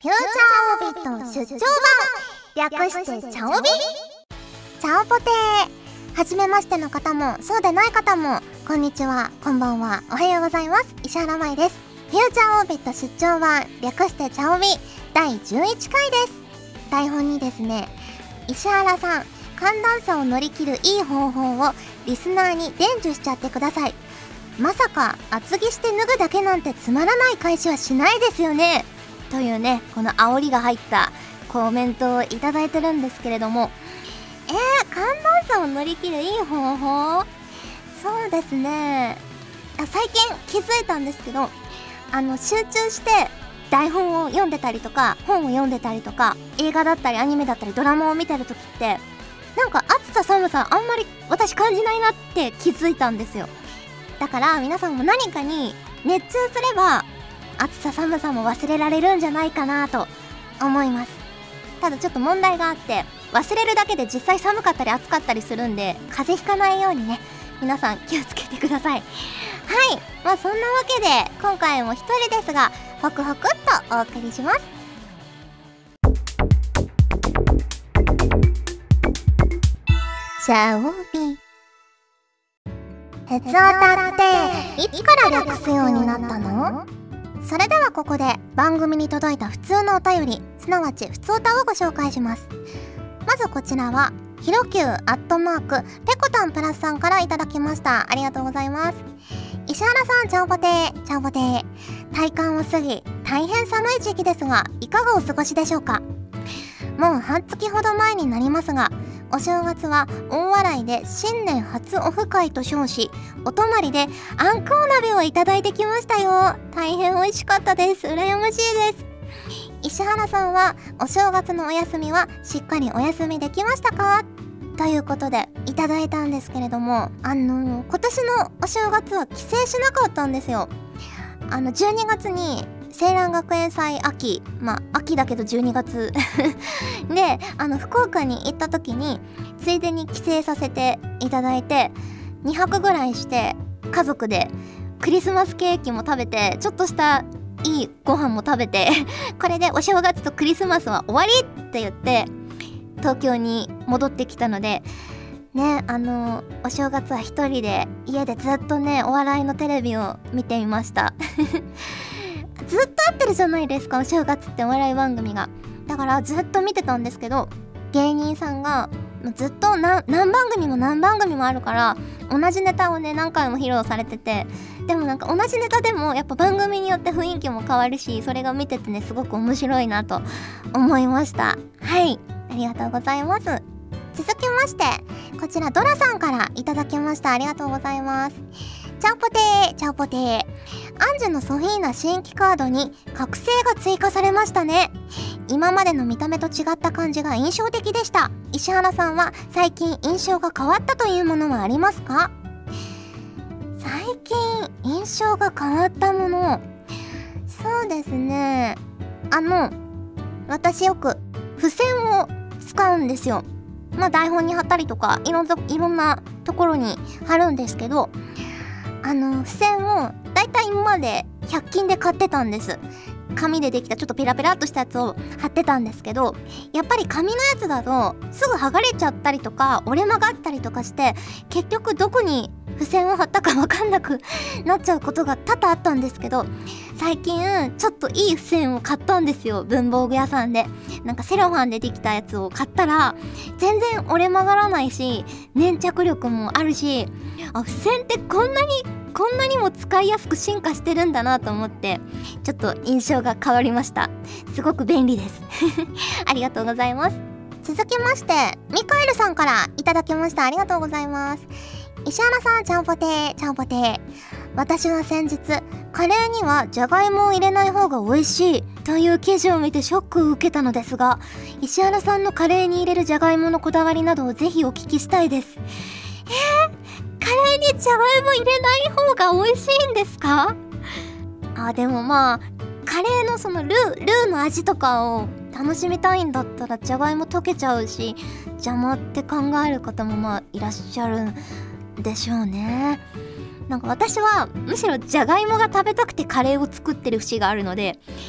フューチャーオービット出張版、略してチャオビ。チャオポテー。はじめましての方もそうでない方もこんにちは、こんばんは、おはようございます。石原舞です。フューチャーオービット出張版、略してチャオビ第11回です。台本にですね、石原さん、寒暖差を乗り切るいい方法をリスナーに伝授しちゃってください。まさか厚着して脱ぐだけなんてつまらない返しはしないですよね、というね、この煽りが入ったコメントをいただいてるんですけれども、寒暖差を乗り切るいい方法、そうですね、最近気づいたんですけど、集中して台本を読んでたりとか本を読んでたりとか映画だったりアニメだったりドラマを見てる時ってなんか暑さ寒さあんまり私感じないなって気づいたんですよ。だから皆さんも何かに熱中すれば暑さ寒さも忘れられるんじゃないかなと思います。ただちょっと問題があって、忘れるだけで実際寒かったり暑かったりするんで、風邪ひかないようにね、皆さん気をつけてください。はい、そんなわけで今回も一人ですがホクホクっとお送りします。シャオビ。鉄オタっていつから略すようになったの？それではここで番組に届いた普通のお便り、すなわち普通オタをご紹介します。まずこちらはひろきゅうペコタンプラスさんからいただきました。ありがとうございます。石原さん、チャオポテー、チャオポテー。体感を過ぎ大変寒い時期ですが、いかがお過ごしでしょうか？もう半月ほど前になりますが、お正月は大笑いで新年初オフ会と称し、お泊まりであんこう鍋をいただいてきましたよ。大変美味しかったです。羨ましいです。石原さんはお正月のお休みはしっかりお休みできましたか？ということでいただいたんですけれども、今年のお正月は帰省しなかったんですよ。12月に青蘭学園祭秋、秋だけど12月で福岡に行った時についでに帰省させていただいて、2泊ぐらいして家族でクリスマスケーキも食べて、ちょっとしたいいご飯も食べてこれでお正月とクリスマスは終わりって言って東京に戻ってきたのでね、お正月は一人で家でずっとね、お笑いのテレビを見ていましたずっと会ってるじゃないですか、お正月ってお笑い番組が。だからずっと見てたんですけど、芸人さんがずっと何番組もあるから同じネタをね何回も披露されてて、でもなんか同じネタでもやっぱ番組によって雰囲気も変わるし、それが見ててねすごく面白いなと思いました。はい、ありがとうございます。続きましてこちらドラさんからいただきました。ありがとうございます。チャオポテー、チャオポテー。アンジュのソフィーナ新規カードに覚醒が追加されましたね。今までの見た目と違った感じが印象的でした。石原さんは最近印象が変わったというものはありますか？最近印象が変わったもの、そうですね、私よく付箋を使うんですよ。台本に貼ったりとかいろんなところに貼るんですけど、付箋をだいたい今まで100均で買ってたんです。紙でできたちょっとペラペラっとしたやつを貼ってたんですけど、やっぱり紙のやつだとすぐ剥がれちゃったりとか折れ曲がったりとかして、結局どこに付箋を貼ったか分かんなくなっちゃうことが多々あったんですけど、最近ちょっといい付箋を買ったんですよ、文房具屋さんで。なんかセロファンでできたやつを買ったら全然折れ曲がらないし、粘着力もあるし、付箋ってこんなにも使いやすく進化してるんだなと思って、ちょっと印象が変わりました。すごく便利ですありがとうございます。続きましてミカエルさんからいただきました。ありがとうございます。石原さん、チャオポテー、チャオポテー。私は先日カレーにはじゃがいもを入れない方が美味しいという記事を見てショックを受けたのですが、石原さんのカレーに入れるじゃがいものこだわりなどをぜひお聞きしたいです。カレーにじゃがいも入れない方が美味しいんですか？でもカレーのそのルーの味とかを楽しみたいんだったらじゃがいも溶けちゃうし邪魔って考える方もいらっしゃるんでしょうね。なんか私はむしろじゃがいもが食べたくてカレーを作ってる節があるので、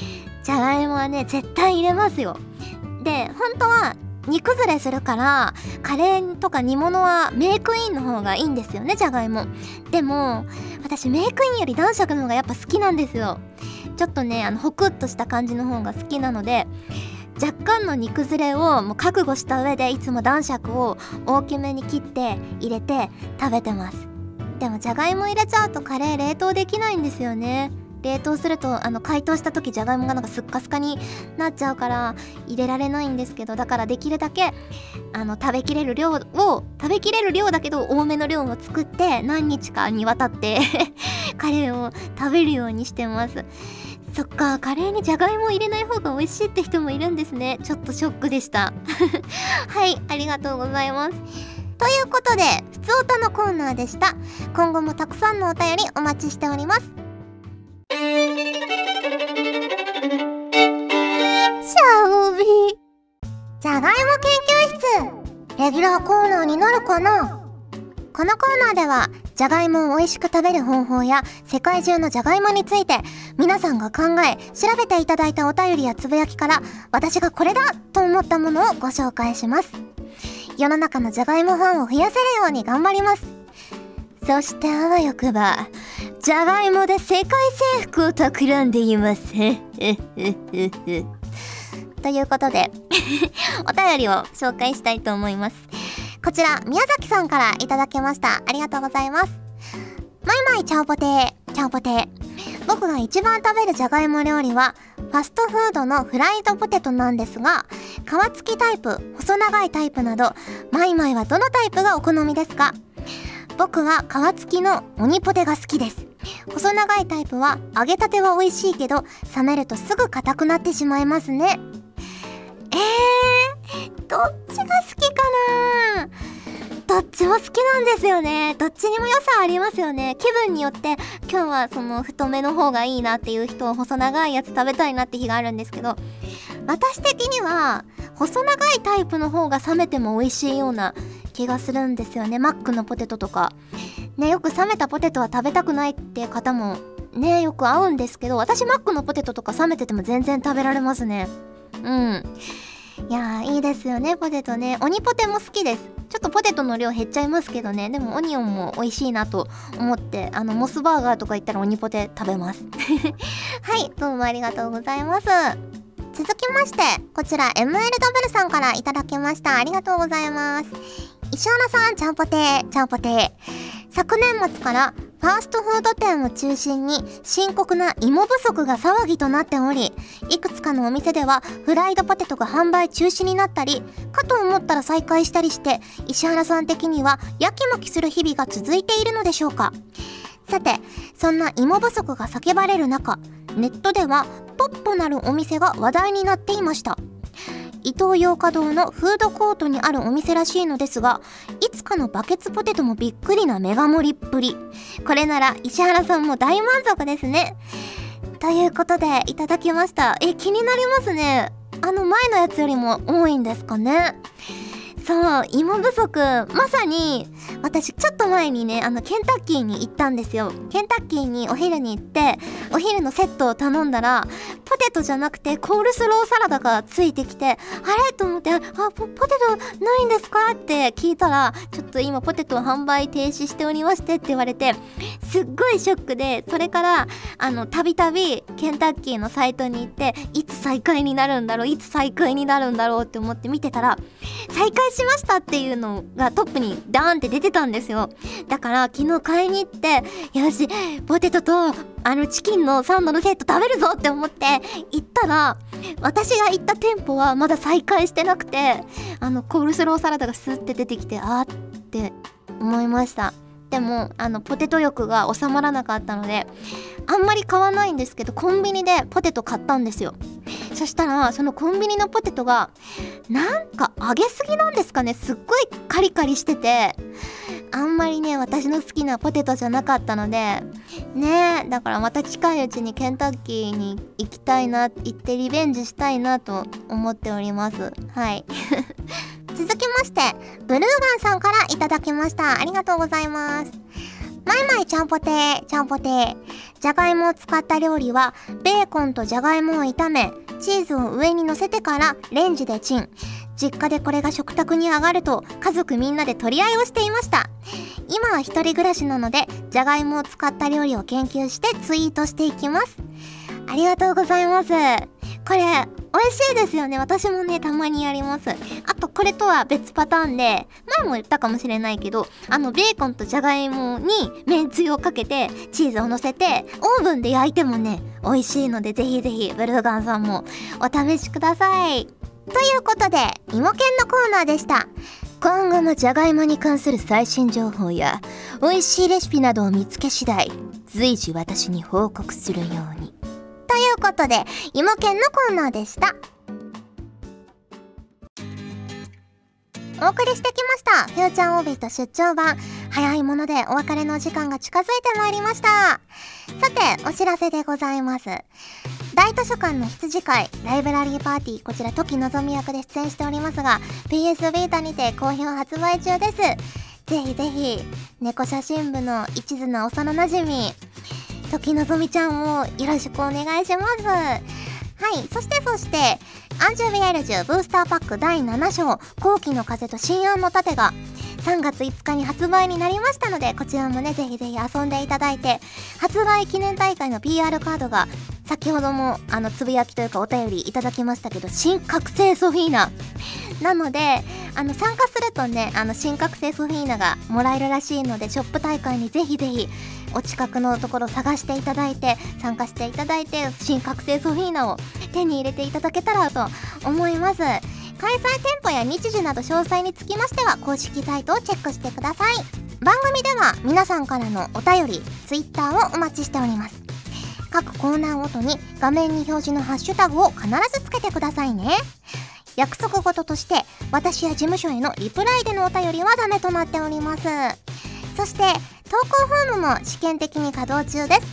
じゃがいもはね絶対入れますよ。で本当は煮崩れするからカレーとか煮物はメークインの方がいいんですよね、じゃがいも。でも私メークインより男爵の方がやっぱ好きなんですよ。ちょっとねホクッとした感じの方が好きなので、若干の煮崩れをもう覚悟した上でいつも男爵を大きめに切って入れて食べてます。でもじゃがいも入れちゃうとカレー冷凍できないんですよね。冷凍すると解凍した時じゃがいもがなんかスッカスカになっちゃうから入れられないんですけど、だからできるだけ食べきれる量だけど多めの量を作って何日かにわたってカレーを食べるようにしてます。そっか、カレーにじゃがいもを入れない方が美味しいって人もいるんですね。ちょっとショックでしたはい、ありがとうございます。ということでふつおたのコーナーでした。今後もたくさんのお便りお待ちしております。シャオビじゃがいも研究室レギュラーコーナーになるかな。このコーナーではじゃがいもを美味しく食べる方法や世界中のじゃがいもについて皆さんが考え調べていただいたお便りやつぶやきから私がこれだと思ったものをご紹介します。世の中のじゃがいもファンを増やせるように頑張ります。そしてあわよくばじゃがいもで世界征服を企んでいますということでお便りを紹介したいと思います。こちら宮崎さんからいただきました。ありがとうございます。マイマイチャオポテーチャオポテー。僕が一番食べるじゃがいも料理はファストフードのフライドポテトなんですが、皮付きタイプ、細長いタイプなどマイマイはどのタイプがお好みですか？僕は皮付きの鬼ポテが好きです。細長いタイプは揚げたては美味しいけど冷めるとすぐ硬くなってしまいますね。どっちが好きかな。どっちも好きなんですよね。どっちにも良さありますよね。気分によって今日はその太めの方がいいなっていう人は細長いやつ食べたいなって日があるんですけど、私的には細長いタイプの方が冷めても美味しいような気がするんですよね。マックのポテトとかね、よく冷めたポテトは食べたくないって方もねよく会うんですけど、私マックのポテトとか冷めてても全然食べられますね。いやーいいですよね、ポテトね。鬼ポテも好きです。ちょっとポテトの量減っちゃいますけどね、でもオニオンも美味しいなと思ってモスバーガーとか行ったら鬼ポテ食べますはい、どうもありがとうございます。続きましてこちら ML ダブルさんからいただきました。ありがとうございます。石原さん、ちゃんぽてーちゃんぽてー。昨年末からファーストフード店を中心に深刻な芋不足が騒ぎとなっており、いくつかのお店ではフライドポテトが販売中止になったりかと思ったら再開したりして、石原さん的にはやきもきする日々が続いているのでしょうか。さて、そんな芋不足が叫ばれる中、ネットではポッとなるお店が話題になっていました。イトーヨーカドーのフードコートにあるお店らしいのですが、いつかのバケツポテトもびっくりなメガ盛りっぷり。これなら石原さんも大満足ですね。ということでいただきました。気になりますね。前のやつよりも多いんですかね。そう、芋不足、まさに私ちょっと前にねケンタッキーに行ったんですよ。ケンタッキーにお昼に行ってお昼のセットを頼んだらポテトじゃなくてコールスローサラダがついてきて、あれと思って、ポテトないんですかって聞いたら、ちょっと今ポテト販売停止しておりましてって言われて、すっごいショックで、それからたびたびケンタッキーのサイトに行って、いつ再開になるんだろうって思って見てたら、再開しましたっていうのがトップにダーンって出てたんですよ。だから昨日買いに行って、よしポテトとチキンのサンドのセット食べるぞって思って行ったら、私が行った店舗はまだ再開してなくて、コールスローサラダがスッて出てきて、あーって思いました。でもポテト欲が収まらなかったのであんまり買わないんですけど、コンビニでポテト買ったんですよ。そしたらそのコンビニのポテトがなんか揚げすぎなんですかね、すっごいカリカリしてて、あんまりね私の好きなポテトじゃなかったのでね、だからまた近いうちにケンタッキーに行きたいな、行ってリベンジしたいなと思っております。はい続きましてブルーガンさんからいただきました。ありがとうございます。 マイマイちゃんぽてー、ちゃんぽてー。じゃがいもを使った料理は、ベーコンとじゃがいもを炒め、チーズを上に乗せてからレンジでチン。実家でこれが食卓に上がると、家族みんなで取り合いをしていました。今は一人暮らしなので、じゃがいもを使った料理を研究してツイートしていきます。ありがとうございます。これ、美味しいですよね。私もね、たまにやります。あと、これとは別パターンで、前も言ったかもしれないけど、ベーコンとじゃがいもにめんつゆをかけて、チーズを乗せて、オーブンで焼いてもね、美味しいので、ぜひぜひ、ブルーガンさんもお試しください。ということで、芋けんのコーナーでした。今後もじゃがいもに関する最新情報や、美味しいレシピなどを見つけ次第、随時私に報告するように。ということで、芋けんのコーナーでした。お送りしてきましたフューチャーオービート出張版。早いものでお別れの時間が近づいてまいりました。さて、お知らせでございます。大図書館の羊会ライブラリーパーティー、こちら時のぞみ役で出演しておりますが、 PS ビータにて好評発売中です。ぜひぜひ猫写真部の一途な幼なじみ時のぞみちゃんもよろしくお願いします。はい、そしてアンジュビエルジュブースターパック第7章後期の風と新案の盾が3月5日に発売になりましたので、こちらもね、ぜひぜひ遊んでいただいて、発売記念大会の PR カードが先ほどもつぶやきというかお便りいただきましたけど、新覚醒ソフィーナなので、参加するとね、新覚醒ソフィーナがもらえるらしいので、ショップ大会にぜひぜひお近くのところ探していただいて、参加していただいて、新覚醒ソフィーナを手に入れていただけたらと思います。開催店舗や日時など詳細につきましては公式サイトをチェックしてください。番組では皆さんからのお便り、Twitter をお待ちしております。各コーナーごとに画面に表示のハッシュタグを必ずつけてくださいね。約束事として私や事務所へのリプライでのお便りはダメとなっております。そして投稿フォームも試験的に稼働中です。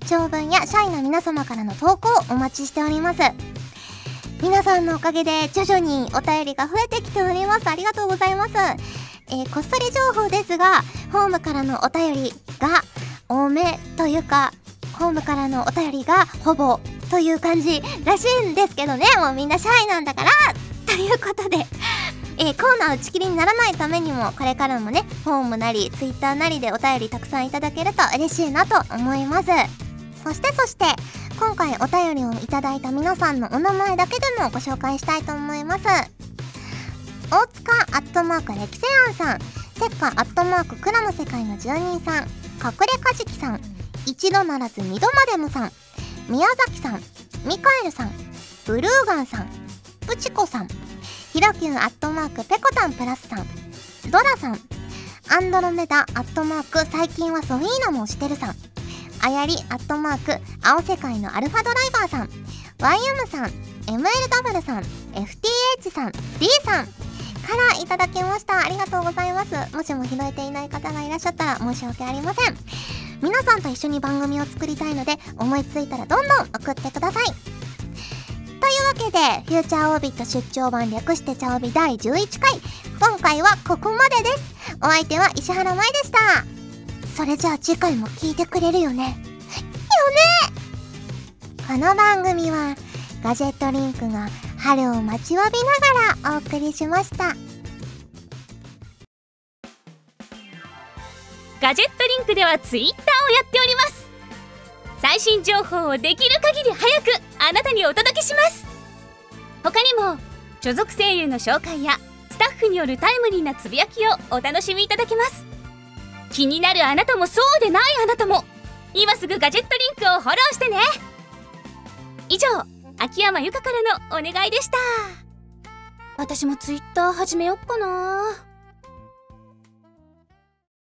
長文や社員の皆様からの投稿をお待ちしております。皆さんのおかげで徐々にお便りが増えてきております。ありがとうございます。こっそり情報ですが、ホームからのお便りが多めというか、ホームからのお便りがほぼという感じらしいんですけどね、もうみんなシャイなんだからということで、コーナー打ち切りにならないためにも、これからもね、ホームなりツイッターなりでお便りたくさんいただけると嬉しいなと思います。そして今回お便りをいただいた皆さんのお名前だけでもご紹介したいと思います。大塚レキセアンさん、セッカクラの世界の住人さん、隠れカジキさん、一度ならず二度までもさん、宮崎さん、ミカエルさん、ブルーガンさん、プチコさん、ヒロキュンペコタンプラスさん、ドラさん、アンドロメダ最近はソフィーナもしてるさん、あやり青世界のアルファドライバーさん、YM さん、MLW さん、FTH さん、D さんからいただきました。ありがとうございます。もしも拾えていない方がいらっしゃったら申し訳ありません。皆さんと一緒に番組を作りたいので、思いついたらどんどん送ってください。というわけで、フューチャーオービット出張版略してチャオビ第11回、今回はここまでです。お相手は石原舞でした。それじゃあ次回も聞いてくれるよね。この番組はガジェットリンクが春を待ちわびながらお送りしました。 ガジェットリンクではツイッターをやっております。最新情報をできる限り早くあなたにお届けします。他にも所属声優の紹介やスタッフによるタイムリーなつぶやきをお楽しみいただけます。気になるあなたもそうでないあなたも、今すぐガジェットリンクをフォローしてね。以上、秋山由佳からのお願いでした。私もツイッター始めよっかな。